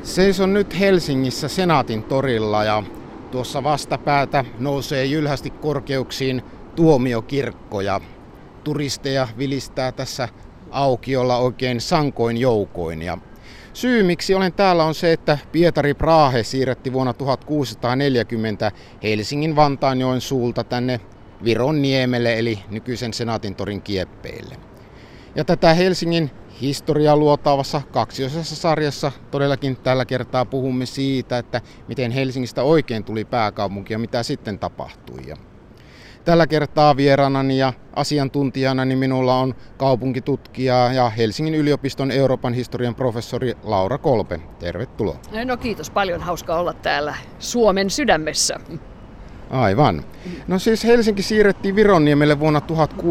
Seison nyt Helsingissä Senaatin torilla ja tuossa vastapäätä nousee jylhästi korkeuksiin Tuomiokirkko ja turisteja vilistää tässä aukiolla oikein sankoin joukoin. Ja syy miksi olen täällä on se, että Pietari-Prahe siirretti vuonna 1640 Helsingin Vantaanjoen suulta tänne Vironniemelle eli nykyisen Senaatintorin kieppeille. Ja tätä Helsingin historiaa luotaavassa kaksiosaisessa sarjassa todellakin tällä kertaa puhumme siitä, että miten Helsingistä oikein tuli pääkaupunki ja mitä sitten tapahtui. Ja tällä kertaa vieraanani ja asiantuntijanani minulla on kaupunkitutkija ja Helsingin yliopiston Euroopan historian professori Laura Kolpe. Tervetuloa. No kiitos paljon, hauska olla täällä Suomen sydämessä. Aivan. No siis Helsinki siirrettiin Vironniemelle vuonna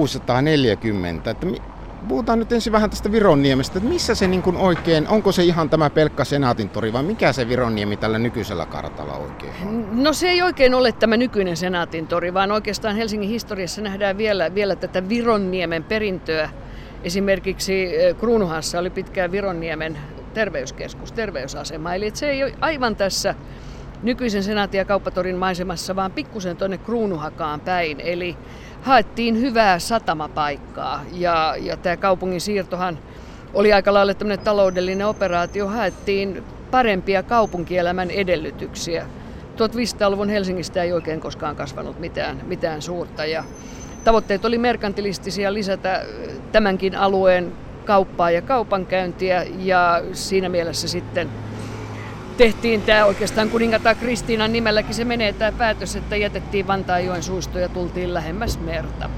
1640. Puhutaan nyt ensin vähän tästä Vironniemestä, että missä se niin kuin oikein, onko se ihan tämä pelkkä Senaatintori vai mikä se Vironniemi tällä nykyisellä kartalla oikein on? No se ei oikein ole tämä nykyinen Senaatintori, vaan oikeastaan Helsingin historiassa nähdään vielä tätä Vironniemen perintöä. Esimerkiksi Kruunuhassa oli pitkään Vironniemen terveyskeskus, terveysasema, eli se ei ole aivan tässä nykyisen Senaatin ja Kauppatorin maisemassa, vaan pikkusen tuonne Kruunuhakaan päin. Eli haettiin hyvää satamapaikkaa ja tämä kaupungin siirtohan oli aika lailla tämmöinen taloudellinen operaatio. Haettiin parempia kaupunkielämän edellytyksiä. 1500-luvun Helsingistä ei oikein koskaan kasvanut mitään suurta. Ja tavoitteet oli merkantilistisia, lisätä tämänkin alueen kauppaa ja kaupankäyntiä ja siinä mielessä sitten tehtiin tämä oikeastaan kuningatar Kristiinan nimelläkin se menee tämä päätös, että jätettiin Vantaanjoen suisto ja tultiin lähemmäs merta.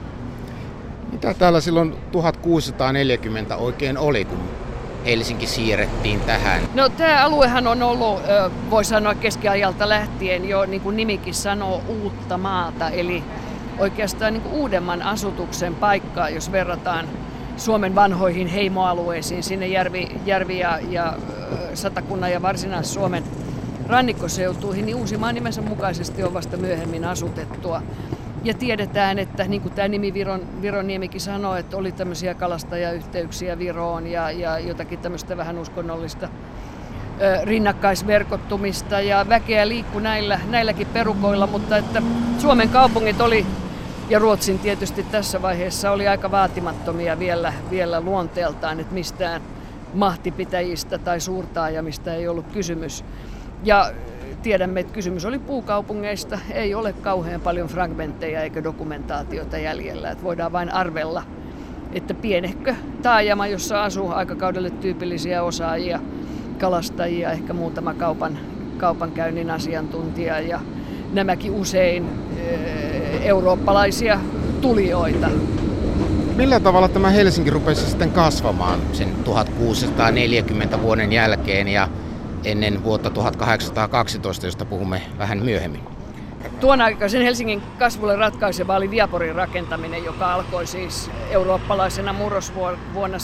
Mitä täällä silloin 1640 oikein oli, kun Helsinki siirrettiin tähän? No tämä aluehan on ollut, voi sanoa keskiajalta lähtien jo, niin kuin nimikin sanoo, uutta maata. Eli oikeastaan niin kuin uudemman asutuksen paikkaa, jos verrataan Suomen vanhoihin heimoalueisiin, sinne järvi ja Satakunnan ja Varsinais-Suomen rannikkoseutuihin, niin Uusimaa nimensä mukaisesti on vasta myöhemmin asutettua. Ja tiedetään, että niin kuin tämä nimi Vironniemikin sanoo, että oli tämmöisiä kalastajayhteyksiä Viroon ja jotakin tämmöistä vähän uskonnollista rinnakkaisverkottumista ja väkeä liikkui näilläkin perukoilla, mutta että Suomen kaupungit oli ja Ruotsin tietysti tässä vaiheessa oli aika vaatimattomia vielä luonteeltaan, että mistään mahtipitäjistä tai suurtaajamista ei ollut kysymys. Ja tiedämme, että kysymys oli puukaupungeista, ei ole kauhean paljon fragmentteja eikä dokumentaatiota jäljellä. Että voidaan vain arvella, että pienehkö taajama, jossa asuu aikakaudelle tyypillisiä osaajia, kalastajia, ehkä muutama kaupankäynnin asiantuntija ja nämäkin usein eurooppalaisia tulijoita. Millä tavalla tämä Helsinki rupesi sitten kasvamaan sen 1640 vuoden jälkeen ja ennen vuotta 1812, josta puhumme vähän myöhemmin? Tuon aikaisen Helsingin kasvulle ratkaiseva oli Viaporin rakentaminen, joka alkoi siis eurooppalaisena murrosvuonna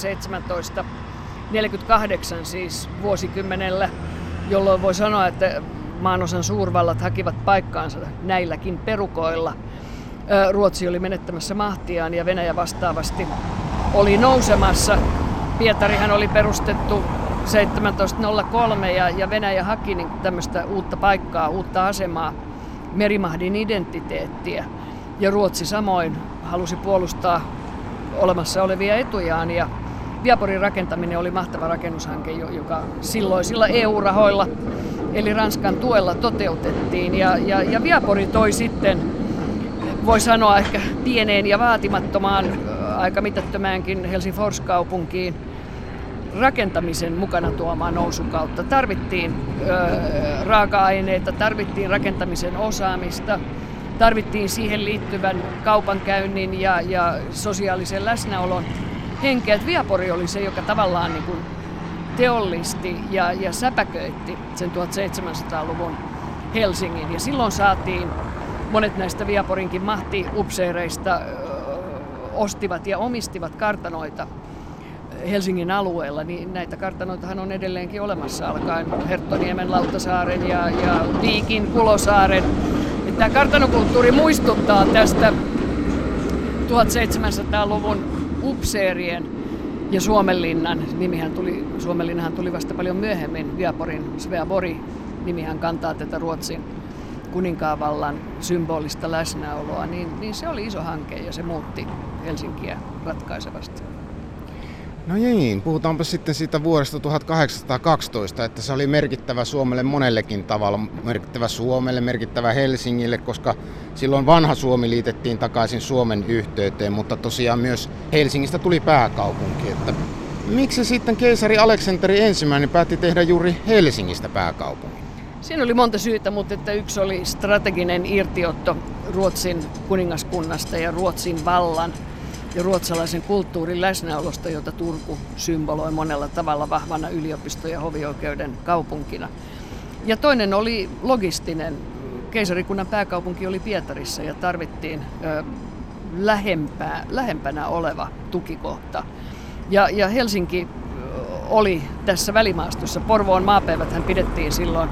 1748, siis vuosikymmenellä, jolloin voi sanoa, että maanosan suurvallat hakivat paikkaansa näilläkin perukoilla. Ruotsi oli menettämässä mahtiaan ja Venäjä vastaavasti oli nousemassa. Pietarihan oli perustettu 1703 ja Venäjä haki niin tämmöistä uutta paikkaa, uutta asemaa, merimahdin identiteettiä. Ja Ruotsi samoin halusi puolustaa olemassa olevia etujaan ja Viaporin rakentaminen oli mahtava rakennushanke, joka silloisilla EU-rahoilla eli Ranskan tuella toteutettiin. Ja Viapori toi sitten, voi sanoa ehkä pieneen ja vaatimattomaan, aika mitättömäänkin Helsingfors-kaupunkiin rakentamisen mukana tuomaan nousun kautta. Tarvittiin raaka-aineita, tarvittiin rakentamisen osaamista, tarvittiin siihen liittyvän kaupankäynnin ja sosiaalisen läsnäolon henkeä. Viapori oli se, joka tavallaan niin kuin teollisti ja säpäköitti sen 1700-luvun Helsingin. Ja silloin saatiin monet näistä Viaporinkin mahtiupseereista ostivat ja omistivat kartanoita Helsingin alueella, niin näitä kartanoitahan on edelleenkin olemassa alkaen Herttoniemen, Lauttasaaren ja Viikin, Kulosaaren. Tämä kartanokulttuuri muistuttaa tästä 1700-luvun upseerien Ja Suomenlinnahan tuli vasta paljon myöhemmin. Viaporin Sveabori nimihän kantaa tätä Ruotsin kuninkaavallan symbolista läsnäoloa, niin se oli iso hanke ja se muutti Helsinkiä ratkaisevasti. No niin, puhutaanpa sitten siitä vuodesta 1812, että se oli merkittävä Suomelle monellekin tavalla. Merkittävä Suomelle, merkittävä Helsingille, koska silloin vanha Suomi liitettiin takaisin Suomen yhteyteen, mutta tosiaan myös Helsingistä tuli pääkaupunki. Että miksi sitten keisari Aleksanteri I päätti tehdä juuri Helsingistä pääkaupungin? Siinä oli monta syytä, mutta että yksi oli strateginen irtiotto Ruotsin kuningaskunnasta ja Ruotsin vallan ja ruotsalaisen kulttuurin läsnäolosta, jota Turku symboloi monella tavalla vahvana yliopisto- ja hovioikeuden kaupunkina. Ja toinen oli logistinen. Keisarikunnan pääkaupunki oli Pietarissa ja tarvittiin lähempänä oleva tukikohta. Ja Helsinki oli tässä välimaastossa. Porvoon maapäiväthän pidettiin silloin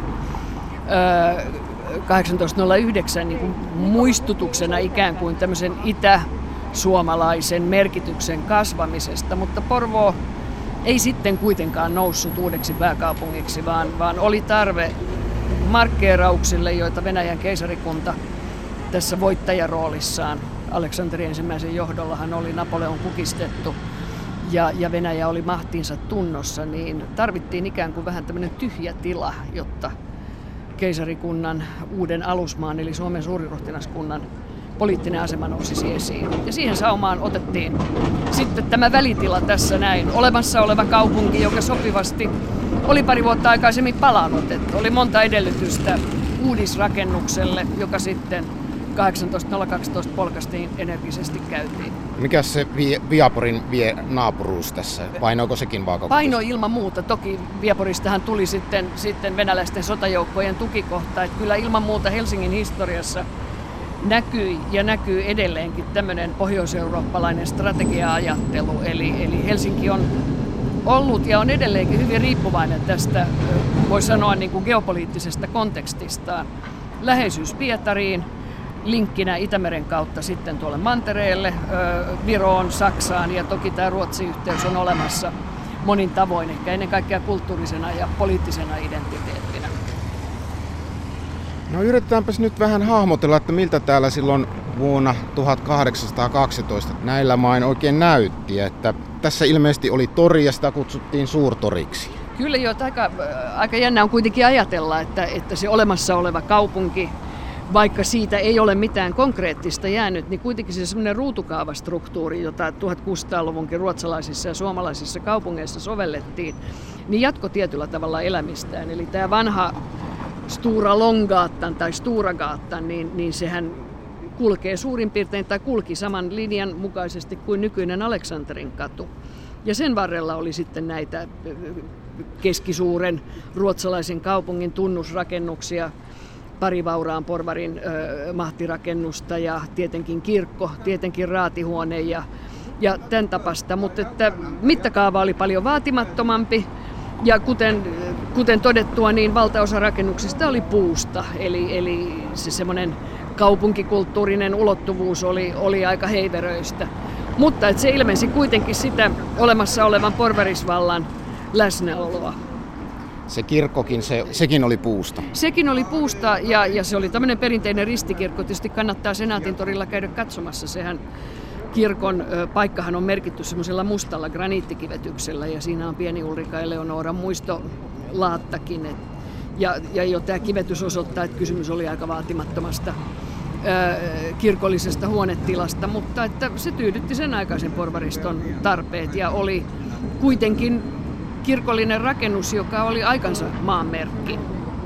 1809 niin kuin muistutuksena ikään kuin tämmöisen itäsuomalaisen merkityksen kasvamisesta, mutta Porvoo ei sitten kuitenkaan noussut uudeksi pääkaupungiksi, vaan oli tarve markkeerauksille, joita Venäjän keisarikunta tässä voittajaroolissaan Aleksanteri I johdollahan oli Napoleon kukistettu ja Venäjä oli mahtiinsa tunnossa, niin tarvittiin ikään kuin vähän tämmöinen tyhjä tila, jotta keisarikunnan uuden alusmaan eli Suomen suuriruhtinaskunnan poliittinen asema nousisi esiin. Ja siihen saumaan otettiin sitten tämä välitila tässä näin. Olemassa oleva kaupunki, joka sopivasti oli pari vuotta aikaisemmin palannut. Että oli monta edellytystä uudisrakennukselle, joka sitten 18.012 polkastiin energisesti käytiin. Mikäs se Viaporin naapuruus tässä? Painoiko sekin vaakakupissa? Paino ilman muuta. Toki Viaporistahan tuli sitten venäläisten sotajoukkojen tukikohta. Että kyllä ilman muuta Helsingin historiassa näkyi ja näkyy edelleenkin tämmöinen pohjoiseurooppalainen strategia-ajattelu. Eli Helsinki on ollut ja on edelleenkin hyvin riippuvainen tästä, voi sanoa niin kuin geopoliittisesta kontekstistaan. Läheisyys Pietariin, linkkinä Itämeren kautta sitten tuolle mantereelle, Viroon, Saksaan ja toki tämä Ruotsi-yhteys on olemassa monin tavoin, ehkä ennen kaikkea kulttuurisena ja poliittisena identiteettinä. No yritetäänpäs nyt vähän hahmotella, että miltä täällä silloin vuonna 1812 näillä main oikein näytti. Että tässä ilmeisesti oli tori ja sitä kutsuttiin suurtoriksi. Kyllä jo, aika jännä on kuitenkin ajatella, että se olemassa oleva kaupunki, vaikka siitä ei ole mitään konkreettista jäänyt, niin kuitenkin se semmoinen ruutukaavastruktuuri, jota 1600-luvunkin ruotsalaisissa ja suomalaisissa kaupungeissa sovellettiin, niin jatko tietyllä tavalla elämistään. Eli tämä vanha Stora Långgatan tai Storagatan, niin sehän kulkee suurin piirtein tai kulki saman linjan mukaisesti kuin nykyinen Aleksanterin katu. Ja sen varrella oli sitten näitä keskisuuren ruotsalaisen kaupungin tunnusrakennuksia, pari vauraan porvarin mahtirakennusta ja tietenkin kirkko, tietenkin raatihuone ja tämän tapasta, mutta että mittakaava oli paljon vaatimattomampi ja kuten todettua, niin valtaosa rakennuksista oli puusta, eli se semmoinen kaupunkikulttuurinen ulottuvuus oli aika heiveröistä, mutta että se ilmensi kuitenkin sitä olemassa olevan porvarisvallan läsnäoloa. Se kirkkokin, sekin oli puusta. Sekin oli puusta ja se oli tämmöinen perinteinen ristikirkko. Tietysti kannattaa Senaatintorilla käydä katsomassa. Sehän kirkon paikkahan on merkitty semmoisella mustalla graniittikivetyksellä ja siinä on pieni Ulrika Eleonoran muistolaattakin. Ja jo tämä kivetys osoittaa, että kysymys oli aika vaatimattomasta kirkollisesta huonetilasta, mutta että se tyydytti sen aikaisen porvariston tarpeet ja oli kuitenkin kirkollinen rakennus, joka oli aikansa maanmerkki.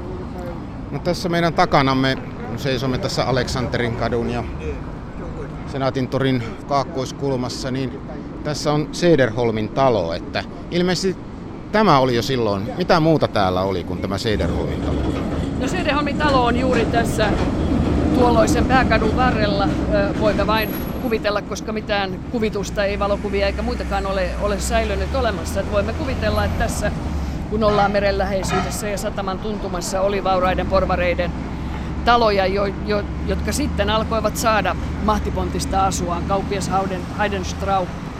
No tässä meidän takanamme seisomme tässä Aleksanterin kadun ja Senaatintorin kaakkoiskulmassa, niin tässä on Cederholmin talo, että ilmeisesti tämä oli jo silloin. Mitä muuta täällä oli kuin tämä Cederholmin talo? No Cederholmin talo on juuri tässä tuolloisen pääkadun varrella. Voimme vain kuvitella, koska mitään kuvitusta, ei valokuvia eikä muitakaan ole säilynyt olemassa. Että voimme kuvitella, että tässä kun ollaan meren läheisyydessä ja sataman tuntumassa oli vauraiden porvareiden taloja, jotka sitten alkoivat saada mahtipontista asuaan. Kauppias Heidenstrauch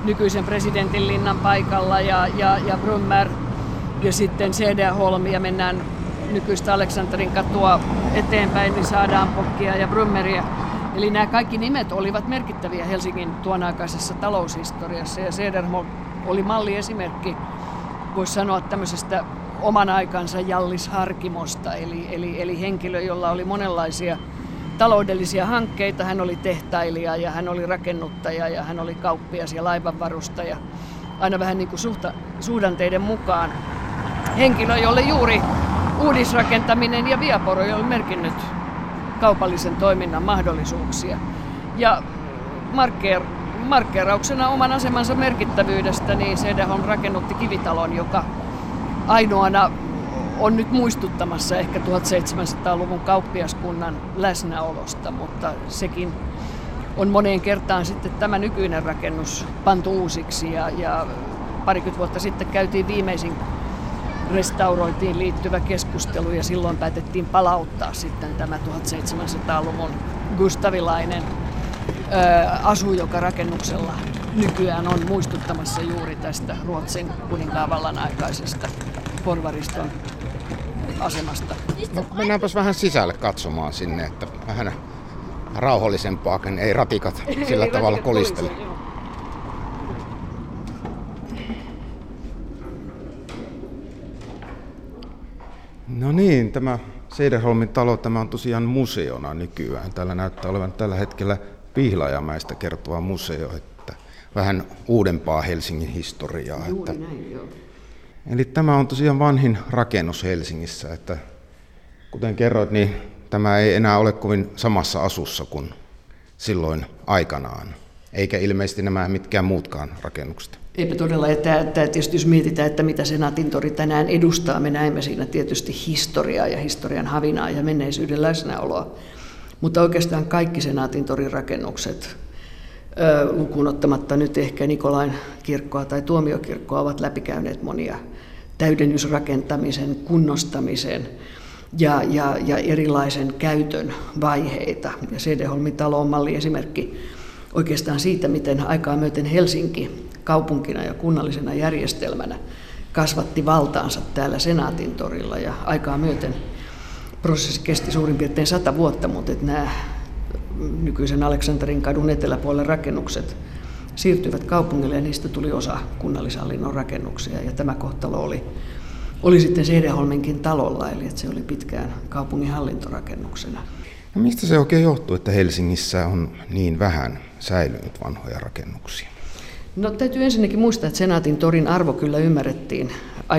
nykyisen presidentin linnan paikalla ja Brummer ja sitten Cederholm ja mennään nykyistä Aleksanterin katua eteenpäin, niin saadaan Pockia ja Brummeria. Eli nämä kaikki nimet olivat merkittäviä Helsingin tuonaikaisessa taloushistoriassa ja Cederholm oli malliesimerkki, voisi sanoa tämmöisestä oman aikansa Hjallis Harkimosta, eli henkilö, jolla oli monenlaisia taloudellisia hankkeita. Hän oli tehtailija ja hän oli rakennuttaja ja hän oli kauppias ja laivanvarustaja, aina vähän niin kuin suhdanteiden mukaan. Henkilö, jolle juuri uudisrakentaminen ja Viaporo oli merkinnyt kaupallisen toiminnan mahdollisuuksia. Ja markkeerauksena oman asemansa merkittävyydestä, niin Cederholm rakennutti kivitalon, joka ainoana on nyt muistuttamassa ehkä 1700-luvun kauppiaskunnan läsnäolosta, mutta sekin on moneen kertaan sitten tämä nykyinen rakennus pantu uusiksi ja parikymmentä vuotta sitten käytiin viimeisin restaurointiin liittyvä keskustelu ja silloin päätettiin palauttaa sitten tämä 1700-luvun gustavilainen asu, joka rakennuksella nykyään on muistuttamassa juuri tästä Ruotsin kuninkaavallan aikaisesta porvariston asemasta. No, mennäänpäs vähän sisälle katsomaan sinne, että vähän rauhallisempaakin, ei ratikat sillä tavalla kolistele. No niin, tämä Cederholmin talo, tämä on tosiaan museona nykyään. Täällä näyttää olevan tällä hetkellä Pihlajamäestä kertova museo, että vähän uudempaa Helsingin historiaa. Juuri näin, joo. Eli tämä on tosiaan vanhin rakennus Helsingissä, että kuten kerroit, niin tämä ei enää ole kovin samassa asussa kuin silloin aikanaan, eikä ilmeisesti nämä mitkään muutkaan rakennukset. Eipä todella, että tietysti jos mietitään, että mitä Senaatintori tänään edustaa, me näemme siinä tietysti historiaa ja historian havinaa ja menneisyyden läsnäoloa. Mutta oikeastaan kaikki Senaatintorin rakennukset, lukuun ottamatta nyt ehkä Nikolain kirkkoa tai Tuomiokirkkoa, ovat läpikäyneet monia täydennysrakentamisen, kunnostamisen ja erilaisen käytön vaiheita. Ja Cederholmin talo on malliesimerkki oikeastaan siitä, miten aikaa myöten Helsinki kaupunkina ja kunnallisena järjestelmänä kasvatti valtaansa täällä Senaatintorilla ja aikaa myöten prosessi kesti suurin piirtein 100 vuotta, mutta nämä nykyisen Aleksanterin kadun eteläpuolen rakennukset siirtyivät kaupungille ja niistä tuli osa kunnallishallinnon rakennuksia ja tämä kohtalo oli sitten Cederholminkin talolla, eli että se oli pitkään kaupungin hallintorakennuksena. No mistä se oikein johtuu, että Helsingissä on niin vähän säilynyt vanhoja rakennuksia? No täytyy ensinnäkin muistaa, että Senaatintorin arvo kyllä ymmärrettiin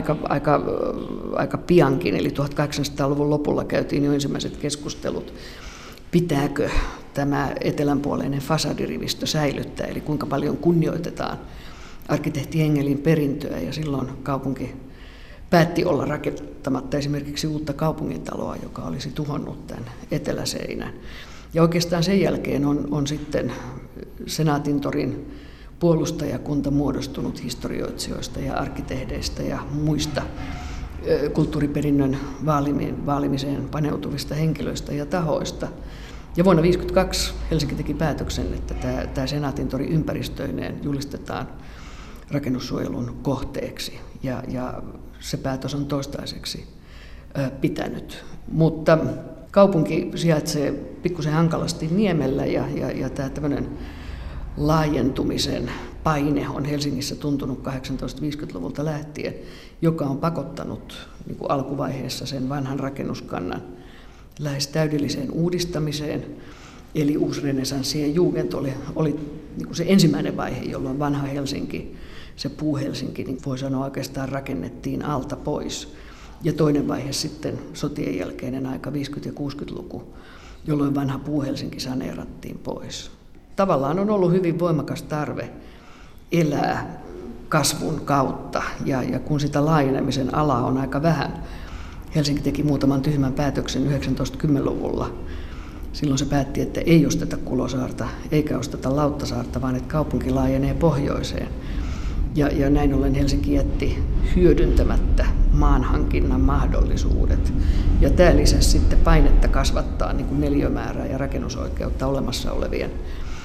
aika piankin, eli 1800-luvun lopulla käytiin jo ensimmäiset keskustelut, pitääkö tämä etelänpuoleinen fasadirivistö säilyttää, eli kuinka paljon kunnioitetaan arkkitehti Engelin perintöä, ja silloin kaupunki päätti olla rakentamatta esimerkiksi uutta kaupungintaloa, joka olisi tuhonnut tämän eteläseinän. Ja oikeastaan sen jälkeen on sitten Senaatintorin puolustajakunta muodostunut historioitsijoista ja arkkitehdeistä ja muista kulttuuriperinnön vaalimiseen paneutuvista henkilöistä ja tahoista. Ja vuonna 1952 Helsinki teki päätöksen, että tämä Senaatintori ympäristöineen julistetaan rakennussuojelun kohteeksi. Ja se päätös on toistaiseksi pitänyt. Mutta kaupunki sijaitsee pikkusen hankalasti niemellä ja tämä tämmöinen laajentumisen paine on Helsingissä tuntunut 1850-luvulta lähtien, joka on pakottanut niin kuin alkuvaiheessa sen vanhan rakennuskannan lähes täydelliseen uudistamiseen. Eli uusrenessanssien jugend oli niin kuin se ensimmäinen vaihe, jolloin vanha Helsinki, se puu-Helsinki, niin voi sanoa oikeastaan rakennettiin alta pois. Ja toinen vaihe sitten sotien jälkeinen aika 50- ja 60-luku, jolloin vanha puu-Helsinki saneerattiin pois. Tavallaan on ollut hyvin voimakas tarve elää kasvun kautta, ja kun sitä laajenemisen alaa on aika vähän, Helsinki teki muutaman tyhmän päätöksen 1910-luvulla. Silloin se päätti, että ei osteta Kulosaarta eikä osteta Lauttasaarta, vaan että kaupunki laajenee pohjoiseen. Ja näin ollen Helsinki jätti hyödyntämättä maanhankinnan mahdollisuudet. Ja tämä lisäsi sitten painetta kasvattaa niin kuin neliömäärää ja rakennusoikeutta olemassa olevien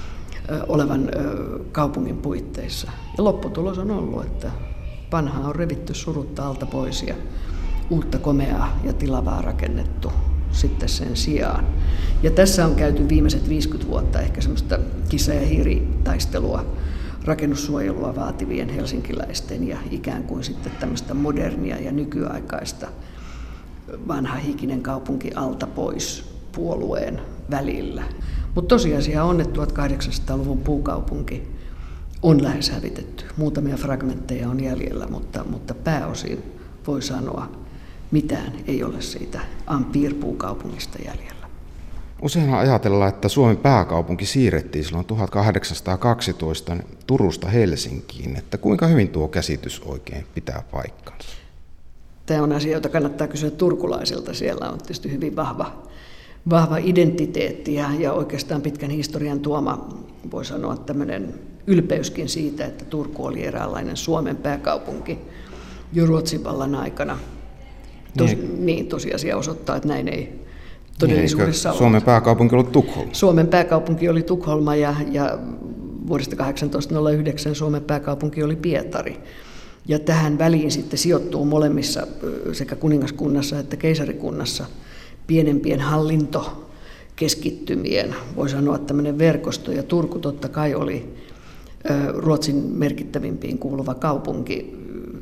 olevan kaupungin puitteissa. Ja lopputulos on ollut, että vanhaa on revitty surutta alta pois ja uutta komeaa ja tilavaa rakennettu sitten sen sijaan. Ja tässä on käyty viimeiset 50 vuotta ehkä semmoista kissa- ja hiiritaistelua rakennussuojelua vaativien helsinkiläisten ja ikään kuin sitten tämmöistä modernia ja nykyaikaista vanha hikinen kaupunki alta pois puolueen välillä. Mutta tosiasia on, että 1800-luvun puukaupunki on lähes hävitetty. Muutamia fragmentteja on jäljellä, mutta pääosin voi sanoa, mitään ei ole siitä Empire-puukaupungista jäljellä. Useinhan ajatellaan, että Suomen pääkaupunki siirrettiin silloin 1812 Turusta Helsinkiin. Että kuinka hyvin tuo käsitys oikein pitää paikkansa? Tämä on asia, jota kannattaa kysyä turkulaisilta. Siellä on tietysti hyvin vahva identiteetti ja oikeastaan pitkän historian tuoma, voi sanoa, tämmöinen ylpeyskin siitä, että Turku oli eräänlainen Suomen pääkaupunki jo Ruotsin vallan aikana. Tosiasia osoittaa, että näin ei todellisuudessa ollut. Suomen pääkaupunki oli Tukholma? Suomen pääkaupunki oli Tukholma ja vuodesta 1809 Suomen pääkaupunki oli Pietari. Ja tähän väliin sitten sijoittuu molemmissa sekä kuningaskunnassa että keisarikunnassa pienempien hallintokeskittymien, voi sanoa tämmöinen verkosto. Ja Turku totta kai oli Ruotsin merkittävimpiin kuuluva kaupunki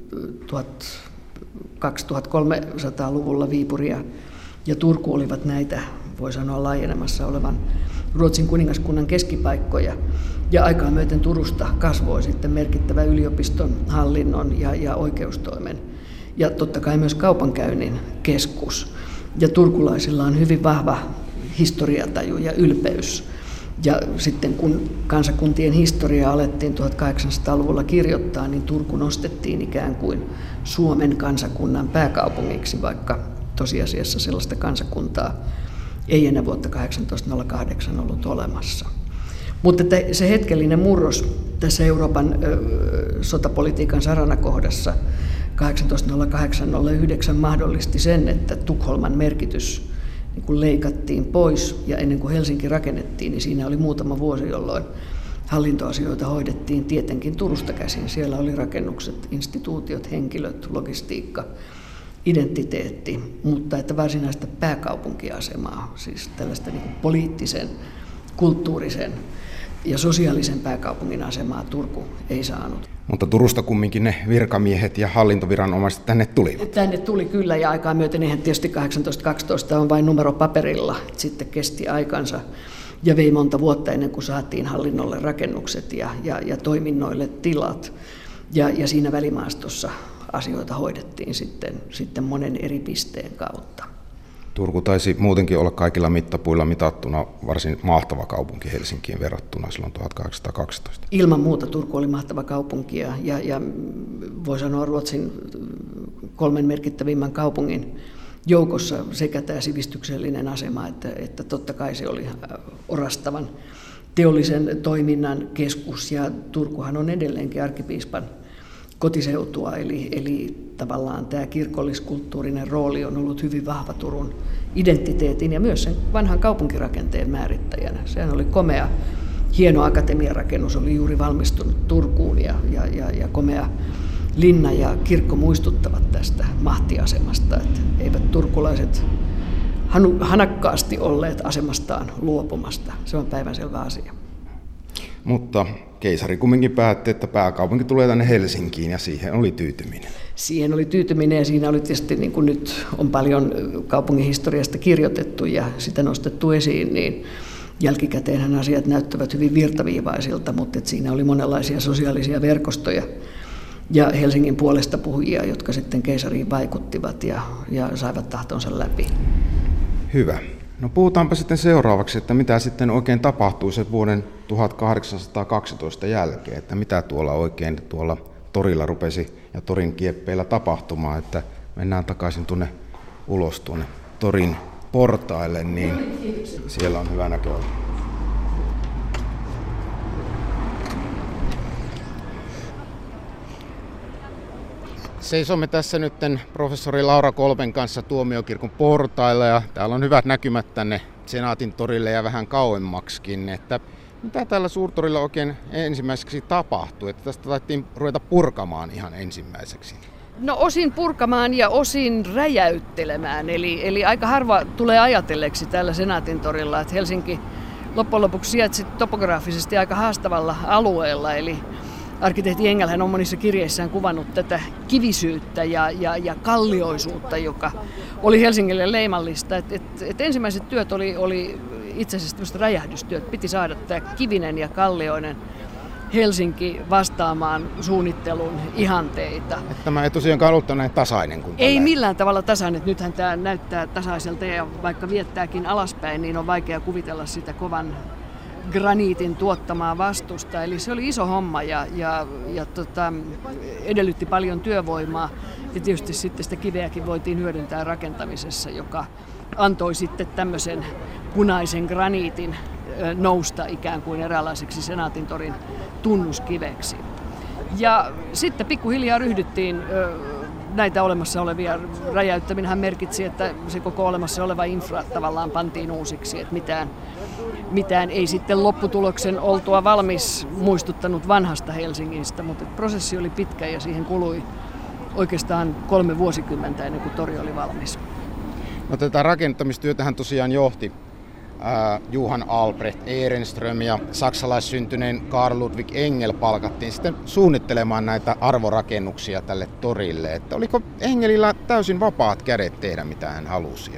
2300-luvulla. Viipuri ja Turku olivat näitä, voi sanoa, laajenemassa olevan Ruotsin kuningaskunnan keskipaikkoja. Ja aikaa myöten Turusta kasvoi sitten merkittävä yliopiston, hallinnon ja oikeustoimen ja totta kai myös kaupankäynnin keskus. Ja turkulaisilla on hyvin vahva historiataju ja ylpeys. Ja sitten kun kansakuntien historiaa alettiin 1800-luvulla kirjoittaa, niin Turku nostettiin ikään kuin Suomen kansakunnan pääkaupungiksi, vaikka tosiasiassa sellaista kansakuntaa ei enää vuotta 1808 ollut olemassa. Mutta se hetkellinen murros tässä Euroopan sotapolitiikan saranakohdassa 1808-09 mahdollisti sen, että Tukholman merkitys niin kun leikattiin pois ja ennen kuin Helsinki rakennettiin, niin siinä oli muutama vuosi, jolloin hallintoasioita hoidettiin tietenkin Turusta käsin. Siellä oli rakennukset, instituutiot, henkilöt, logistiikka, identiteetti, mutta että varsinaista pääkaupunkiasemaa, siis tällaista niin kuin poliittisen, kulttuurisen ja sosiaalisen pääkaupungin asemaa Turku ei saanut. Mutta Turusta kumminkin ne virkamiehet ja hallintoviranomaiset tänne tulivat. Tänne tuli kyllä, ja aikaa myöten eihän tietysti 1812 on vain numero paperilla. Sitten kesti aikansa ja vei monta vuotta ennen kuin saatiin hallinnolle rakennukset ja toiminnoille tilat. Ja siinä välimaastossa asioita hoidettiin sitten monen eri pisteen kautta. Turku taisi muutenkin olla kaikilla mittapuilla mitattuna varsin mahtava kaupunki Helsinkiin verrattuna silloin 1812. Ilman muuta Turku oli mahtava kaupunki ja voi sanoa Ruotsin 3 merkittävimmän kaupungin joukossa sekä tämä sivistyksellinen asema että totta kai se oli orastavan teollisen toiminnan keskus ja Turkuhan on edelleenkin arkkipiispan kotiseutua, eli tavallaan tämä kirkolliskulttuurinen rooli on ollut hyvin vahva Turun identiteetin ja myös sen vanhan kaupunkirakenteen määrittäjänä. Sehän oli komea, hieno akatemiarakennus, oli juuri valmistunut Turkuun ja komea linna ja kirkko muistuttavat tästä mahtiasemasta, että eivät turkulaiset hanakkaasti olleet asemastaan luopumasta. Se on päivänselvä asia. Mutta keisari kumminkin päätti, että pääkaupunki tulee tänne Helsinkiin ja siihen oli tyytyminen. Siihen oli tyytyminen ja siinä oli tietysti, niin kuin nyt on paljon kaupungin historiasta kirjoitettu ja sitä nostettu esiin, niin jälkikäteenhän asiat näyttävät hyvin virtaviivaisilta, mutta siinä oli monenlaisia sosiaalisia verkostoja ja Helsingin puolesta puhujia, jotka sitten keisariin vaikuttivat ja saivat tahtonsa läpi. Hyvä. No puhutaanpa sitten seuraavaksi, että mitä sitten oikein tapahtui sen vuoden 1812 jälkeen, että mitä tuolla torilla rupesi ja torin kieppeillä tapahtumaan, että mennään takaisin ulos tuonne torin portaille, niin siellä on hyvä näköala. Seisomme tässä nyt professori Laura Kolpen kanssa Tuomiokirkon portailla ja täällä on hyvät näkymät tänne Senaatin torille ja vähän kauemmaksikin. Että Mitä täällä Suurtorilla oikein ensimmäiseksi tapahtui, että tästä taidettiin ruveta purkamaan ihan ensimmäiseksi? No osin purkamaan ja osin räjäyttelemään, eli aika harva tulee ajatelleeksi täällä Senaatintorilla, että Helsinki loppujen lopuksi sijaitsi topograafisesti aika haastavalla alueella, eli arkkitehti Engelhän on monissa kirjeissään kuvannut tätä kivisyyttä ja kallioisuutta, joka oli Helsingille leimallista. Et ensimmäiset työt oli itse asiassa tämmöiset räjähdystyöt. Piti saada tämä kivinen ja kallioinen Helsinki vastaamaan suunnittelun ihanteita. Että tämä ei tosiaankaan ollut näin tasainen kuin ei millään tavalla tasainen. Nythän tämä näyttää tasaiselta ja vaikka viettääkin alaspäin, niin on vaikea kuvitella sitä kovan graniitin tuottamaa vastusta. Eli se oli iso homma ja edellytti paljon työvoimaa. Ja tietysti sitten sitä kiveäkin voitiin hyödyntää rakentamisessa, joka antoi sitten tämmöisen punaisen graniitin nousta ikään kuin eräänlaiseksi Senaatintorin tunnuskiveksi. Ja sitten pikkuhiljaa ryhdyttiin näitä olemassa olevia. Räjäyttäminenhän merkitsi, että se koko olemassa oleva infra tavallaan pantiin uusiksi, että mitään ei sitten lopputuloksen oltua valmis muistuttanut vanhasta Helsingistä, mutta prosessi oli pitkä ja siihen kului oikeastaan 3 vuosikymmentä ennen kuin tori oli valmis. No, tätä rakentamistyötähän tosiaan johti Johan Albrecht Ehrenström ja saksalaissyntyneen Carl Ludwig Engel palkattiin sitten suunnittelemaan näitä arvorakennuksia tälle torille. Että oliko Engelillä täysin vapaat kädet tehdä mitä hän halusi?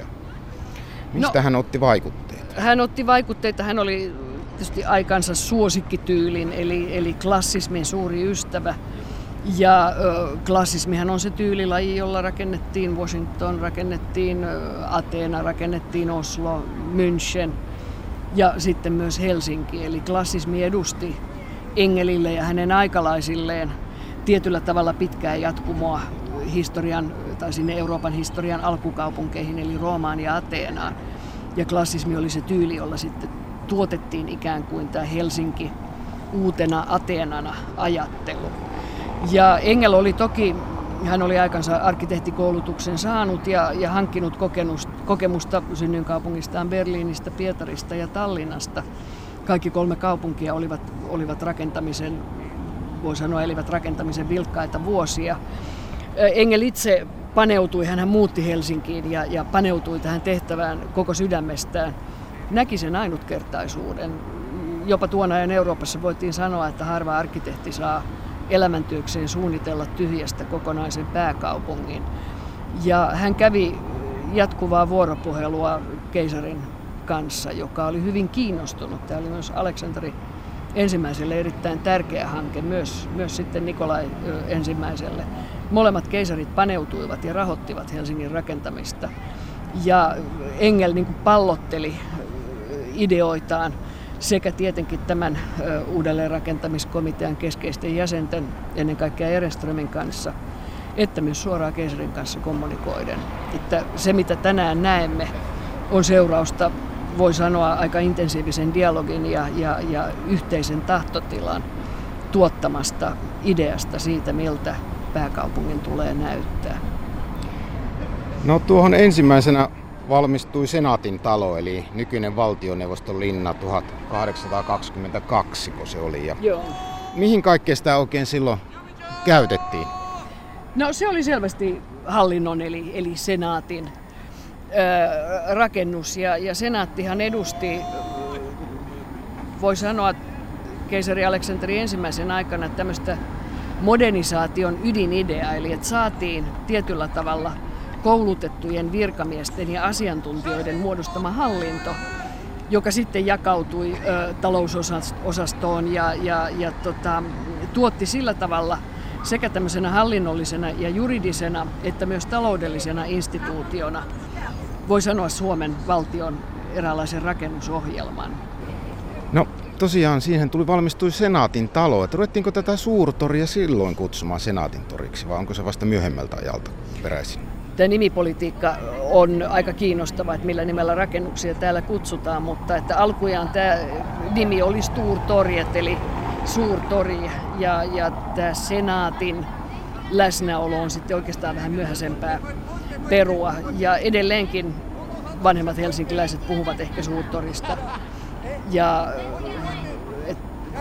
Mistä hän otti vaikutteita? Hän otti vaikutteita. Hän oli tietysti aikansa suosikkityylin eli klassismin suuri ystävä. Ja klassismihan on se tyylilaji, jolla rakennettiin Washington, rakennettiin Ateena, rakennettiin Oslo, München ja sitten myös Helsinki. Eli klassismi edusti Engelille ja hänen aikalaisilleen tietyllä tavalla pitkää jatkumoa historian tai sinne Euroopan historian alkukaupunkeihin eli Roomaan ja Ateenaan. Ja klassismi oli se tyyli, jolla sitten tuotettiin ikään kuin tämä Helsinki uutena Ateenana ajattelu. Ja Engel oli toki, hän oli aikansa arkkitehtikoulutuksen saanut ja hankkinut kokemusta synnynkaupungistaan Berliinistä, Pietarista ja Tallinnasta. Kaikki 3 kaupunkia olivat rakentamisen, voi sanoa, elivät rakentamisen vilkkaita vuosia. Engel itse paneutui, hän muutti Helsinkiin ja paneutui tähän tehtävään koko sydämestään. Näki sen ainutkertaisuuden. Jopa tuon ajan Euroopassa voitiin sanoa, että harva arkkitehti saa elämäntyökseen suunnitella tyhjästä kokonaisen pääkaupungin. Ja hän kävi jatkuvaa vuoropuhelua keisarin kanssa, joka oli hyvin kiinnostunut. Tämä oli myös Aleksanteri ensimmäiselle erittäin tärkeä hanke, myös sitten Nikolai ensimmäiselle. Molemmat keisarit paneutuivat ja rahoittivat Helsingin rakentamista. Ja Engel niin kuin pallotteli ideoitaan sekä tietenkin tämän uudelleenrakentamiskomitean keskeisten jäsenten, ennen kaikkea Ehrenströmin kanssa, että myös suoraan keisarin kanssa kommunikoiden. Että se, mitä tänään näemme, on seurausta, voi sanoa, aika intensiivisen dialogin ja yhteisen tahtotilan tuottamasta ideasta siitä, miltä pääkaupungin tulee näyttää. No, tuohon ensimmäisenä valmistui Senaatin talo, eli nykyinen valtioneuvoston linna 1822, kun se oli. Ja joo. Mihin kaikkea sitä oikein silloin käytettiin? No, se oli selvästi hallinnon eli senaatin rakennus ja senaattihan edusti, voi sanoa, keisari Aleksanteri ensimmäisen aikana tämmöistä modernisaation ydinideaa, eli että saatiin tietyllä tavalla koulutettujen virkamiesten ja asiantuntijoiden muodostama hallinto, joka sitten jakautui talousosastoon ja tuotti sillä tavalla sekä tämmöisenä hallinnollisena ja juridisena että myös taloudellisena instituutiona, voi sanoa, Suomen valtion eräänlaisen rakennusohjelman. No, tosiaan siihen valmistui Senaatin talo. Että ruvettiinko tätä Suurtoria silloin kutsumaan Senaatin toriksi vai onko se vasta myöhemmältä ajalta peräisin? Tämä nimipolitiikka on aika kiinnostava, että millä nimellä rakennuksia täällä kutsutaan, mutta että alkujaan tämä nimi oli Suurtorget, eli Suurtori, ja tämä Senaatin läsnäolo on sitten oikeastaan vähän myöhäisempää perua. Ja edelleenkin vanhemmat helsinkiläiset puhuvat ehkä Suurtorista. Ja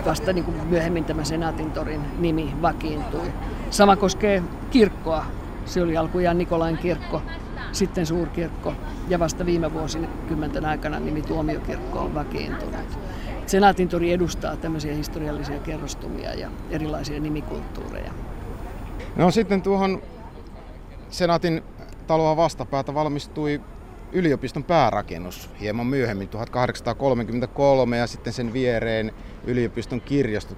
vasta niin kuin myöhemmin tämä Senaatintorin nimi vakiintui. Sama koskee kirkkoa. Se oli alkujaan Nikolain kirkko, sitten suurkirkko ja vasta viime vuosikymmenten aikana nimi Tuomiokirkko on vakiintunut. Senaatintori edustaa tämmöisiä historiallisia kerrostumia ja erilaisia nimikulttuureja. No sitten tuohon Senaatin taloa vastapäätä valmistui yliopiston päärakennus hieman myöhemmin 1833 ja sitten sen viereen yliopiston kirjasto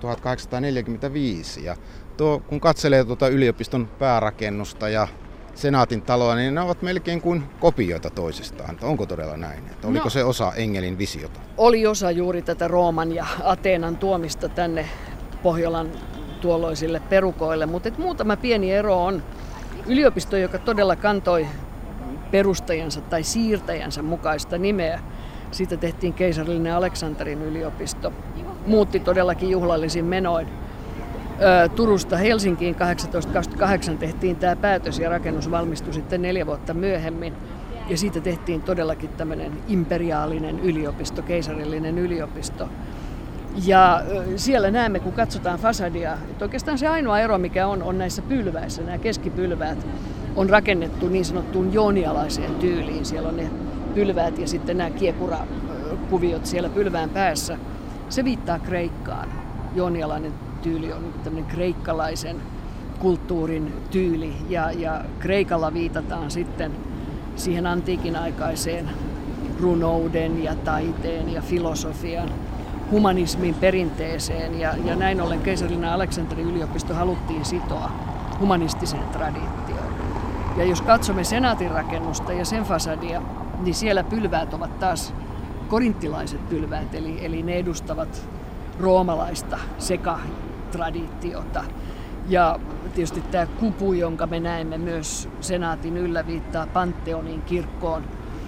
1845. Ja kun katselee tuota yliopiston päärakennusta ja Senaatin taloa, niin ne ovat melkein kuin kopioita toisistaan. Onko todella näin? Oliko se osa Engelin visiota? Oli osa juuri tätä Rooman ja Ateenan tuomista tänne Pohjolan tuolloisille perukoille, mutta muutama pieni ero on. Yliopisto, joka todella kantoi perustajansa tai siirtäjänsä mukaista nimeä. Siitä tehtiin keisarillinen Aleksanterin yliopisto. Muutti todellakin juhlallisin menoin. Turusta Helsinkiin 1828 tehtiin tämä päätös ja rakennus valmistui sitten 4 vuotta myöhemmin. Ja siitä tehtiin todellakin tämmöinen imperiaalinen yliopisto, keisarillinen yliopisto. Ja siellä näemme, kun katsotaan fasadia, että oikeastaan se ainoa ero, mikä on näissä pylväissä, nämä keskipylväät, on rakennettu niin sanottuun joonialaiseen tyyliin. Siellä on ne pylväät ja sitten nämä kiekurakuviot siellä pylvään päässä. Se viittaa Kreikkaan. Joonialainen tyyli on tämmöinen kreikkalaisen kulttuurin tyyli ja Kreikalla viitataan sitten siihen antiikin aikaiseen runouden ja taiteen ja filosofian, humanismin perinteeseen ja näin ollen keisarillinen Aleksanterin yliopisto haluttiin sitoa humanistiseen traditioon. Ja jos katsomme Senaatin rakennusta ja sen fasadia, niin siellä pylväät ovat taas korinttilaiset pylväät, eli ne edustavat roomalaista sekatraditiota. Ja tietysti tämä kupu, jonka me näemme myös Senaatin yllä, viittaa Pantheonin kirkkoon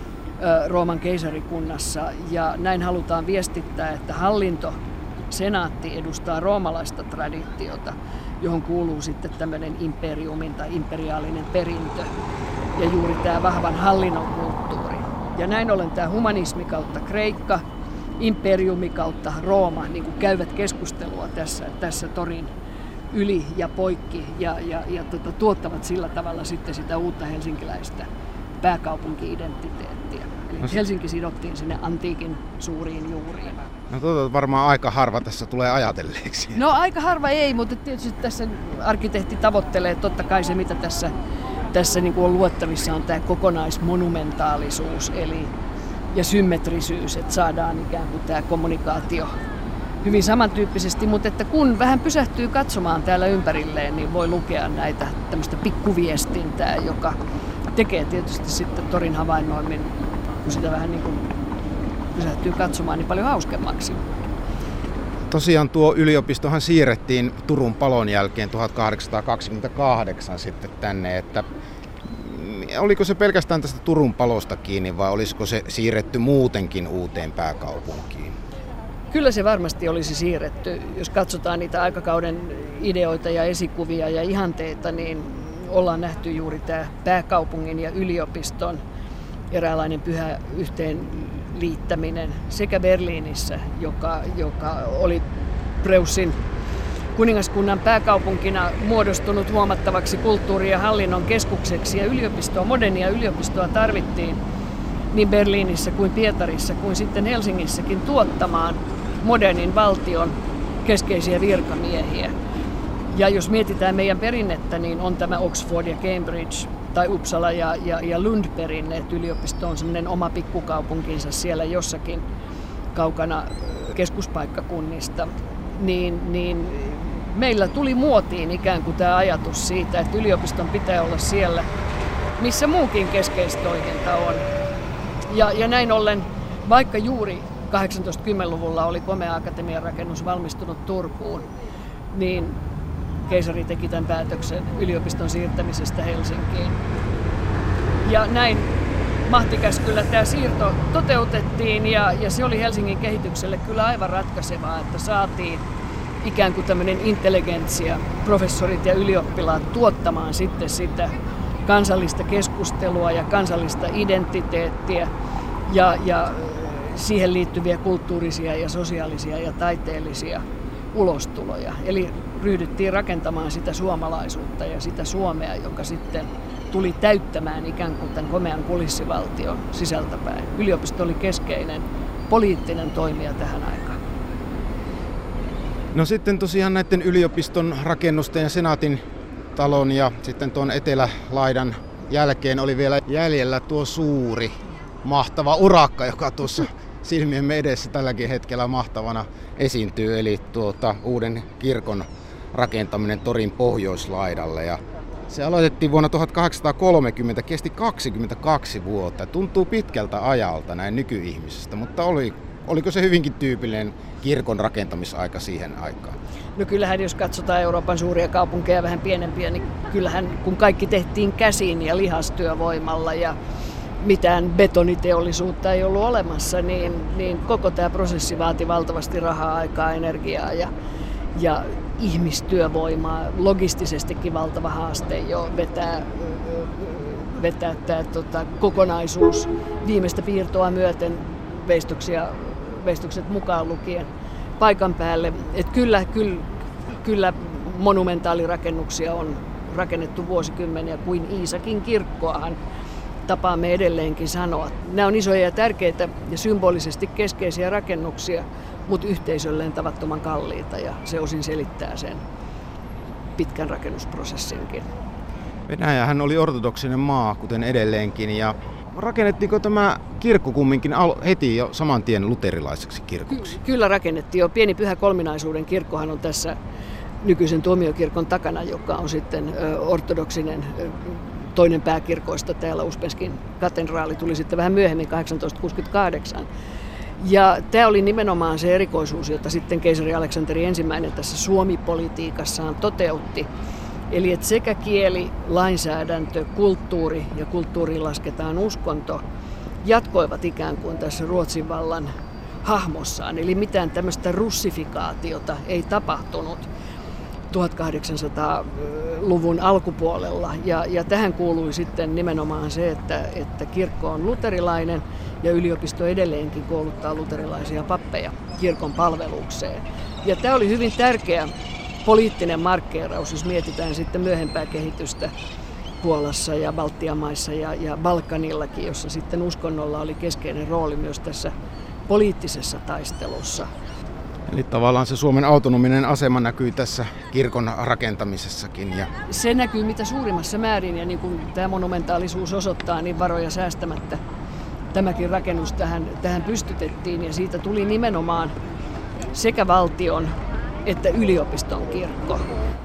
Rooman keisarikunnassa. Ja näin halutaan viestittää, että hallinto, senaatti edustaa roomalaista traditiota, johon kuuluu sitten tämmöinen imperiumin tai imperiaalinen perintö ja juuri tämä vahvan hallinnon kulttuuri. Ja näin ollen tämä humanismi kautta Kreikka, imperiumi kautta Rooma niin kuin käyvät keskustelua tässä torin yli ja poikki ja tuottavat sillä tavalla sitten sitä uutta helsinkiläistä pääkaupunki-identiteettiä. Eli Helsinki sidottiin sinne antiikin suuriin juuriin. No varmaan aika harva tässä tulee ajatelleeksi. No aika harva ei, mutta tietysti tässä arkkitehti tavoittelee totta kai se, mitä tässä niin kuin on luettavissa, on tämä kokonaismonumentaalisuus ja symmetrisyys, että saadaan ikään kuin tämä kommunikaatio hyvin samantyyppisesti, mutta että kun vähän pysähtyy katsomaan täällä ympärilleen, niin voi lukea näitä tämmöistä pikkuviestintää, joka tekee tietysti sitten torin havainnoimin, kun sitä vähän niin kuin pysähtyy katsomaan, niin paljon hauskemmaksi. Tosiaan tuo yliopistohan siirrettiin Turun palon jälkeen 1828 sitten tänne, että oliko se pelkästään tästä Turun palosta kiinni vai olisiko se siirretty muutenkin uuteen pääkaupunkiin? Kyllä se varmasti olisi siirretty. Jos katsotaan niitä aikakauden ideoita ja esikuvia ja ihanteita, niin ollaan nähty juuri tämä pääkaupungin ja yliopiston eräänlainen pyhä yhteenliittäminen sekä Berliinissä, joka oli Preussin kuningaskunnan pääkaupunkina muodostunut huomattavaksi kulttuuri- ja hallinnon keskukseksi, ja modernia yliopistoa tarvittiin niin Berliinissä kuin Pietarissa kuin sitten Helsingissäkin tuottamaan modernin valtion keskeisiä virkamiehiä. Ja jos mietitään meidän perinnettä, niin on tämä Oxford ja Cambridge tai Uppsala ja Lund perinne, että yliopisto on semmoinen oma pikkukaupunkinsa siellä jossakin kaukana keskuspaikkakunnista, niin meillä tuli muotiin ikään kuin tämä ajatus siitä, että yliopiston pitää olla siellä, missä muukin keskeistoiminta on. Ja näin ollen, vaikka juuri 1810-luvulla oli Komea Akatemian rakennus valmistunut Turkuun, niin keisari teki tämän päätöksen yliopiston siirtämisestä Helsinkiin. Ja näin mahtikas kyllä tämä siirto toteutettiin ja se oli Helsingin kehitykselle kyllä aivan ratkaisevaa, että saatiin ikään kuin tämmöinen intelligentsia, professorit ja ylioppilaat tuottamaan sitten sitä kansallista keskustelua ja kansallista identiteettiä ja siihen liittyviä kulttuurisia ja sosiaalisia ja taiteellisia ulostuloja. Eli ryhdyttiin rakentamaan sitä suomalaisuutta ja sitä Suomea, joka sitten tuli täyttämään ikään kuin tämän komean kulissivaltion sisältäpäin. Yliopisto oli keskeinen poliittinen toimija tähän aikaan. No sitten tosiaan näiden yliopiston rakennusten ja Senaatin talon ja sitten tuon etelälaidan jälkeen oli vielä jäljellä tuo suuri, mahtava urakka, joka tuossa silmiemme edessä tälläkin hetkellä mahtavana esiintyy, eli uuden kirkon rakentaminen torin pohjoislaidalle. Ja se aloitettiin vuonna 1830, kesti 22 vuotta. Tuntuu pitkältä ajalta näin nykyihmisestä, mutta oliko se hyvinkin tyypillinen kirkon rakentamisaika siihen aikaan? No kyllähän jos katsotaan Euroopan suuria kaupunkeja vähän pienempiä, niin kyllähän kun kaikki tehtiin käsin ja lihastyövoimalla ja mitään betoniteollisuutta ei ollut olemassa, niin koko tämä prosessi vaati valtavasti rahaa, aikaa, energiaa ja ihmistyövoimaa. Logistisestikin valtava haaste jo vetää tämä kokonaisuus viimeistä piirtoa myöten, veistokset mukaan lukien, paikan päälle. Et kyllä monumentaalirakennuksia on rakennettu vuosikymmeniä, kuin Iisakin kirkkoahan tapaamme edelleenkin sanoa. Nämä on isoja ja tärkeitä ja symbolisesti keskeisiä rakennuksia, mutta yhteisölleen tavattoman kalliita, ja se osin selittää sen pitkän rakennusprosessinkin. Venäjähän oli ortodoksinen maa, kuten edelleenkin, ja rakennettiinko tämä kirkko kumminkin heti jo saman tien luterilaiseksi kirkoksi? Kyllä rakennettiin jo. Pieni Pyhä Kolminaisuuden kirkkohan on tässä nykyisen tuomiokirkon takana, joka on sitten ortodoksinen toinen pääkirkoista. Täällä Uspenskin katedraali tuli sitten vähän myöhemmin 1868. Ja tämä oli nimenomaan se erikoisuus, jota sitten keisari Aleksanteri I tässä Suomi-politiikassaan toteutti. Eli että sekä kieli, lainsäädäntö, kulttuuri ja kulttuuriin lasketaan uskonto jatkoivat ikään kuin tässä Ruotsin vallan hahmossaan. Eli mitään tämmöistä russifikaatiota ei tapahtunut 1800-luvun alkupuolella. Ja tähän kuului sitten nimenomaan se, että kirkko on luterilainen ja yliopisto edelleenkin kouluttaa luterilaisia pappeja kirkon palvelukseen. Ja tämä oli hyvin tärkeä poliittinen markkeeraus, jos mietitään sitten myöhempää kehitystä Puolassa ja Baltian maissa ja Balkanillakin, jossa sitten uskonnolla oli keskeinen rooli myös tässä poliittisessa taistelussa. Eli tavallaan se Suomen autonominen asema näkyy tässä kirkon rakentamisessakin. Se näkyy mitä suurimmassa määrin, ja niin kuin tämä monumentaalisuus osoittaa, niin varoja säästämättä tämäkin rakennus tähän pystytettiin, ja siitä tuli nimenomaan sekä valtion että yliopiston kirkko.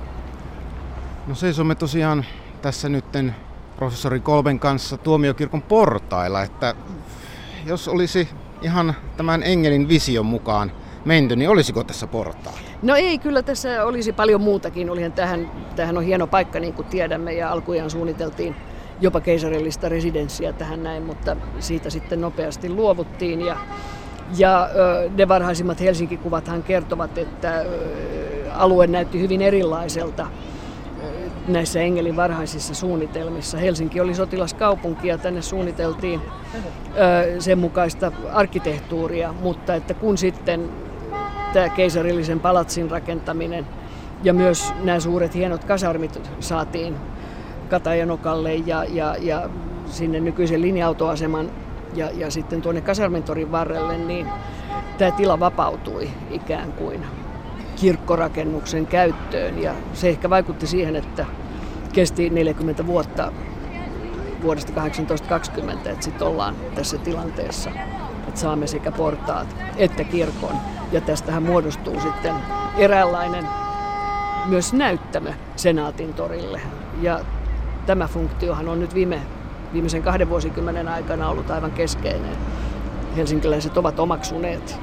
No seisomme tosiaan tässä nytten professori Kolben kanssa tuomiokirkon portailla, että jos olisi ihan tämän Engelin vision mukaan menty, niin olisiko tässä portaat? No ei, kyllä tässä olisi paljon muutakin. Tämähän on hieno paikka, niin kuin tiedämme, ja alkujaan suunniteltiin jopa keisarillista residenssiä tähän näin, mutta siitä sitten nopeasti luovuttiin. Ja ne varhaisimmat Helsinki-kuvathan kertovat, että alue näytti hyvin erilaiselta näissä Engelin varhaisissa suunnitelmissa. Helsinki oli sotilaskaupunki ja tänne suunniteltiin sen mukaista arkkitehtuuria, mutta että kun sitten tämä keisarillisen palatsin rakentaminen ja myös nämä suuret hienot kasarmit saatiin Katajanokalle ja sinne nykyisen linja-autoaseman ja sitten tuonne Kasarmentorin varrelle, niin tämä tila vapautui ikään kuin kirkkorakennuksen käyttöön. Ja se ehkä vaikutti siihen, että kesti 40 vuotta vuodesta 1820, että sitten ollaan tässä tilanteessa, että saamme sekä portaat että kirkon. Ja tästähän muodostuu sitten eräänlainen myös näyttämö Senaatin torille. Ja tämä funktiohan on nyt viimeisen 2 vuosikymmenen aikana ollut aivan keskeinen. Helsinkiläiset ovat omaksuneet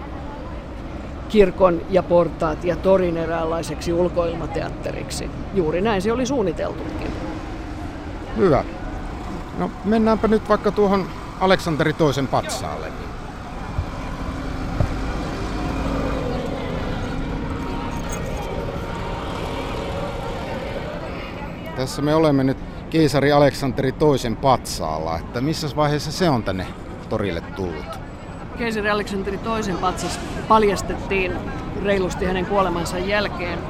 kirkon ja portaat ja torin eräänlaiseksi ulkoilmateatteriksi. Juuri näin se oli suunniteltukin. Hyvä. No mennäänpä nyt vaikka tuohon Aleksanteri II patsaalle. Tässä me olemme nyt keisari Aleksanteri II patsaalla, että missä vaiheessa se on tänne torille tullut? Keisari Aleksanteri II patsas paljastettiin reilusti hänen kuolemansa jälkeen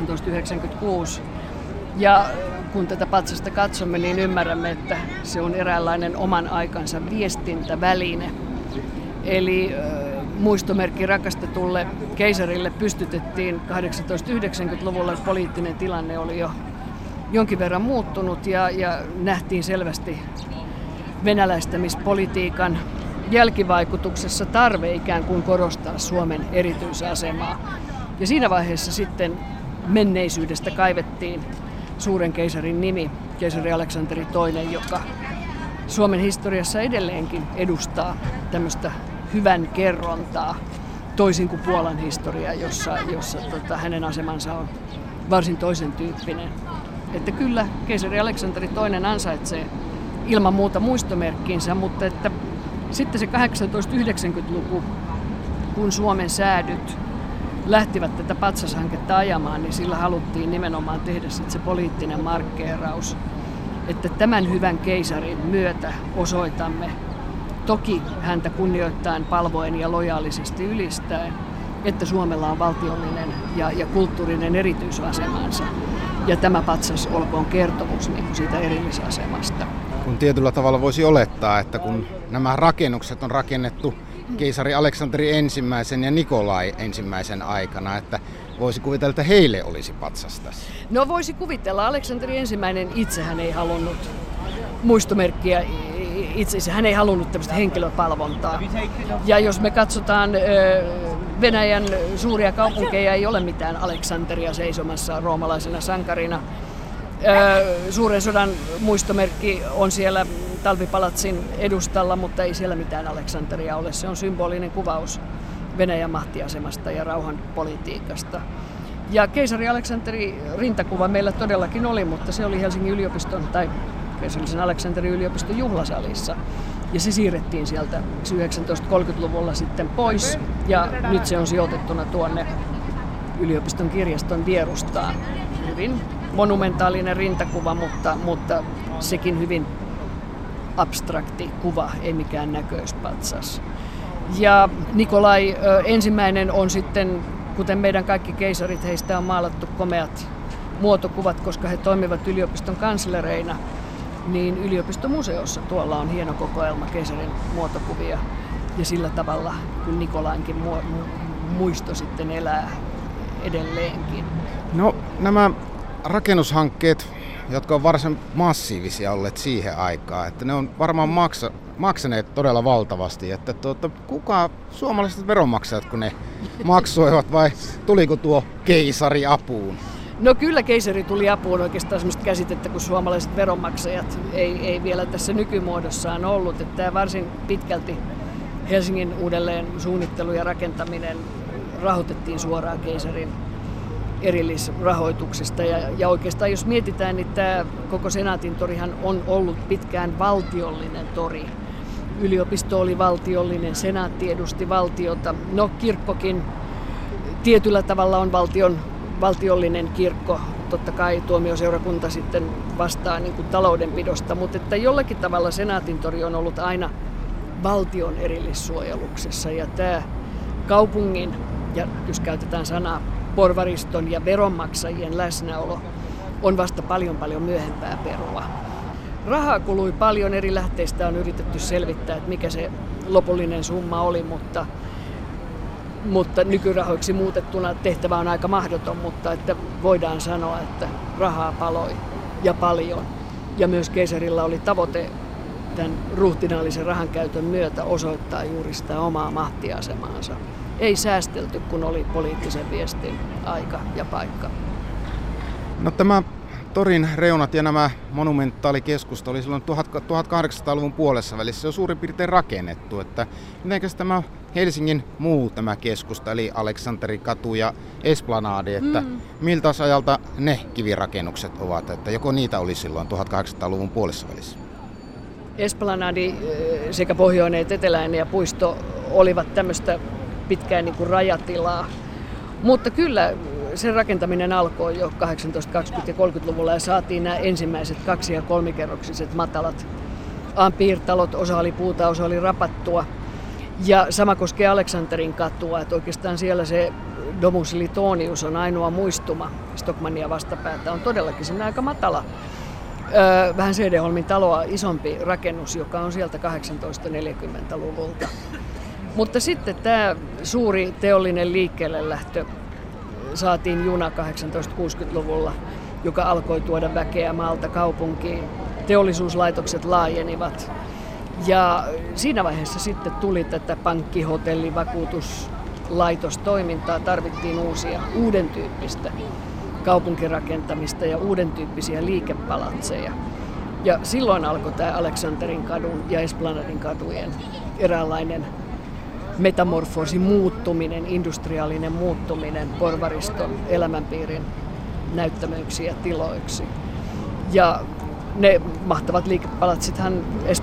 1896. Ja kun tätä patsasta katsomme, niin ymmärrämme, että se on eräänlainen oman aikansa viestintäväline. Eli muistomerkki rakastetulle keisarille pystytettiin 1890-luvulla. Poliittinen tilanne oli jo jonkin verran muuttunut ja nähtiin selvästi venäläistämispolitiikan jälkivaikutuksessa tarve ikään kuin korostaa Suomen erityisasemaa. Ja siinä vaiheessa sitten menneisyydestä kaivettiin suuren keisarin nimi, keisari Aleksanteri II, joka Suomen historiassa edelleenkin edustaa tämmöistä hyvän kerrontaa, toisin kuin Puolan historia, jossa hänen asemansa on varsin toisen tyyppinen. Että kyllä keisari Aleksanteri II ansaitsee ilman muuta muistomerkkinsä, mutta että sitten se 1890-luku, kun Suomen säädyt lähtivät tätä patsashanketta ajamaan, niin sillä haluttiin nimenomaan tehdä sitten se poliittinen markkeeraus, että tämän hyvän keisarin myötä osoitamme, toki häntä kunnioittaen, palvoen ja lojaalisesti ylistäen, että Suomella on valtiollinen ja kulttuurinen erityisasemansa. Ja tämä patsas olkoon kertomus niin kuin siitä erillisasemasta. Kun tietyllä tavalla voisi olettaa, että kun nämä rakennukset on rakennettu keisari Aleksanteri I ja Nikolai I aikana, että voisi kuvitella, että heille olisi patsas tässä. No voisi kuvitella. Aleksanteri I itsehän ei halunnut muistomerkkiä itse. Hän ei halunnut tämmöistä henkilöpalvontaa. Ja jos me katsotaan Venäjän suuria kaupunkeja, ei ole mitään Aleksanteria seisomassa roomalaisena sankarina. Suuren sodan muistomerkki on siellä Talvipalatsin edustalla, mutta ei siellä mitään Aleksanteria ole. Se on symbolinen kuvaus Venäjän mahtiasemasta ja rauhanpolitiikasta. Ja keisari Aleksanteri rintakuva meillä todellakin oli, mutta se oli Helsingin yliopiston tai keisarillisen Aleksanterin yliopiston juhlasalissa. Ja se siirrettiin sieltä 1930-luvulla sitten pois ja nyt se on sijoitettuna tuonne yliopiston kirjaston vierustaan. Hyvin monumentaalinen rintakuva, mutta sekin hyvin abstrakti kuva, ei mikään näköispatsas. Ja Nikolai I on sitten, kuten meidän kaikki keisarit, heistä on maalattu komeat muotokuvat, koska he toimivat yliopiston kanslereina, niin yliopistomuseossa tuolla on hieno kokoelma keisarin muotokuvia. Ja sillä tavalla, kun Nikolainkin muisto sitten elää edelleenkin. No nämä rakennushankkeet, jotka on varsin massiivisia olleet siihen aikaan, että ne on varmaan maksaneet todella valtavasti, että kuka suomalaiset veronmaksajat, kun ne maksoivat vai tuliko tuo keisari apuun? No kyllä keisari tuli apuun, oikeastaan sellaista käsitettä kuin suomalaiset veronmaksajat ei vielä tässä nykymuodossaan ollut, että tämä varsin pitkälti Helsingin uudelleen suunnittelu ja rakentaminen rahoitettiin suoraan keisarin erillisrahoituksesta. Ja oikeastaan jos mietitään, niin tämä koko Senaatin torihan on ollut pitkään valtiollinen tori. Yliopisto oli valtiollinen, senaatti edusti valtiota. No kirkkokin tietyllä tavalla on valtiollinen kirkko. Totta kai tuomioseurakunta sitten vastaa niin kuin taloudenpidosta, mutta että jollakin tavalla Senaatin tori on ollut aina valtion erillissuojeluksessa. Ja tämä kaupungin, ja jos käytetään sanaa porvariston ja veronmaksajien läsnäolo, on vasta paljon myöhempää perua. Rahaa kului paljon, eri lähteistä on yritetty selvittää, että mikä se lopullinen summa oli, mutta nykyrahoiksi muutettuna tehtävä on aika mahdoton, mutta että voidaan sanoa, että rahaa paloi ja paljon. Ja myös keisarilla oli tavoite tämän ruhtinaallisen rahankäytön myötä osoittaa juuri sitä omaa mahtiasemaansa. Ei säästelty, kun oli poliittisen viestin aika ja paikka. No tämä torin reunat ja nämä monumentaalikeskusta oli silloin 1800-luvun puolessa välissä jo suurin piirtein rakennettu. Että mitenkäs tämä Helsingin muu tämä keskusta, eli Aleksanterikatu ja Esplanadi, että miltä ajalta ne kivirakennukset ovat, että joko niitä oli silloin 1800-luvun puolessa välissä? Esplanadi sekä pohjoinen että eteläinen ja puisto olivat tämmöistä pitkään niin kuin rajatilaa, mutta kyllä sen rakentaminen alkoi jo 1820- ja 30-luvulla ja saatiin nämä ensimmäiset 2- ja 3-kerroksiset matalat piirtalot, osa oli puuta, osa oli rapattua. Ja sama koskee Aleksanterin katua, että oikeastaan siellä se Domus Litonius on ainoa muistuma Stockmannia vastapäätä, on todellakin sinne aika matala. Vähän Cederholmin taloa isompi rakennus, joka on sieltä 1840-luvulta. Mutta sitten tämä suuri teollinen liikkeelle lähtö saatiin juna 1860-luvulla, joka alkoi tuoda väkeä maalta kaupunkiin. Teollisuuslaitokset laajenivat ja siinä vaiheessa sitten tuli tätä pankki-, hotelli-, vakuutuslaitostoimintaa. Tarvittiin uuden tyyppistä kaupunkirakentamista ja uuden tyyppisiä liikepalatseja. Ja silloin alkoi tämä Aleksanterin kadun ja Esplanadin kadujen eräänlainen metamorfoosi, muuttuminen, industriaalinen muuttuminen porvariston elämänpiirin näyttämöiksi ja tiloiksi. Ja ne mahtavat liikepalatsithan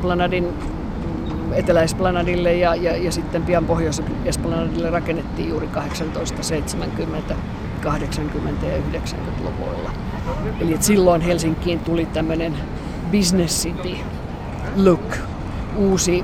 Etelä-Esplanadille ja sitten pian Pohjois-Esplanadille rakennettiin juuri 1870, 80 ja 90-luvuilla. Eli silloin Helsinkiin tuli tämmöinen business city look, uusi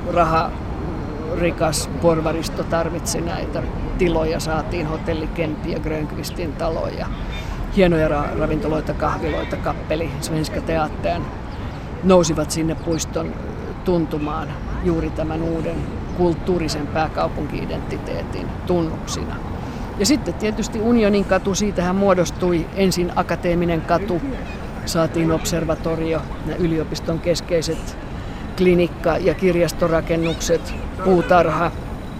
rikas porvaristo tarvitsi näitä tiloja, saatiin hotelli Kempi ja Grönqvistin taloja, hienoja ravintoloita, kahviloita, kappeli, Svenska Teatern nousivat sinne puiston tuntumaan juuri tämän uuden kulttuurisen pääkaupunki-identiteetin tunnuksina. Ja sitten tietysti Unionin katu, siitähän muodostui ensin Akateeminen katu, saatiin observatorio, yliopiston keskeiset klinikka- ja kirjastorakennukset, puutarha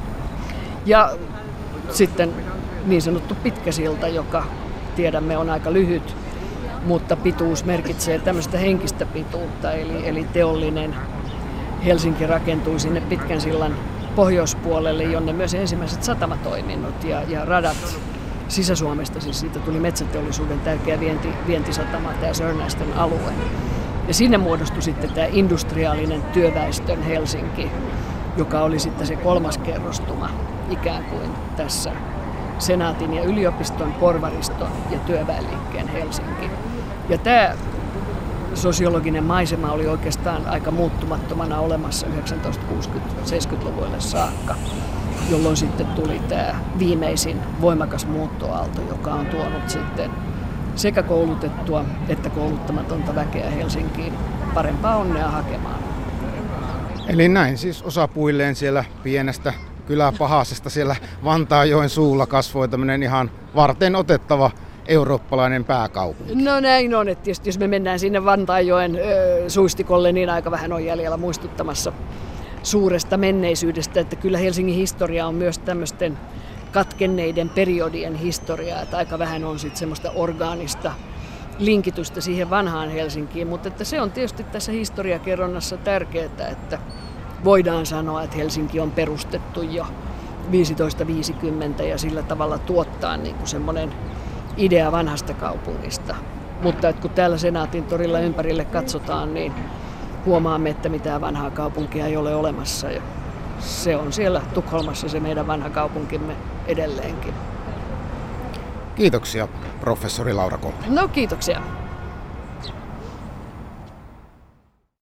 ja sitten niin sanottu pitkä silta, joka tiedämme on aika lyhyt, mutta pituus merkitsee tämmöistä henkistä pituutta, eli teollinen Helsinki rakentui sinne pitkän sillan pohjoispuolelle, jonne myös ensimmäiset satamatoiminnot ja radat Sisä-Suomesta, siis siitä tuli metsäteollisuuden tärkeä vientisatama, tämä Sörnäisten alue. Ja sinne muodostui sitten tämä industriaalinen työväestön Helsinki, joka oli sitten se kolmas kerrostuma ikään kuin tässä senaatin ja yliopiston, porvariston ja työväenliikkeen Helsinki. Ja tämä sosiologinen maisema oli oikeastaan aika muuttumattomana olemassa 1960-70-luvuille saakka, jolloin sitten tuli tämä viimeisin voimakas muuttoaalto, joka on tuonut sitten sekä koulutettua että kouluttamatonta väkeä Helsinkiin parempaa onnea hakemaan. Eli näin siis osapuilleen siellä pienestä kyläpahasesta siellä Vantaanjoen suulla kasvoi tämmöinen ihan varten otettava eurooppalainen pääkaupunki. No näin on, että jos me mennään sinne Vantaanjoen suistikolle, niin aika vähän on jäljellä muistuttamassa suuresta menneisyydestä, että kyllä Helsingin historia on myös tämmöisten katkenneiden periodien historiaa, että aika vähän on sitten semmoista orgaanista linkitystä siihen vanhaan Helsinkiin, mutta että se on tietysti tässä historiakerronnassa tärkeää, että voidaan sanoa, että Helsinki on perustettu jo 1550 ja sillä tavalla tuottaa niin kuin semmoinen idea vanhasta kaupungista. Mutta että kun täällä Senaatin torilla ympärille katsotaan, niin huomaamme, että mitään vanhaa kaupunkia ei ole olemassa. Ja se on siellä Tukholmassa se meidän vanha kaupunkimme edelleenkin. Kiitoksia, professori Laura Kolmi. No kiitoksia.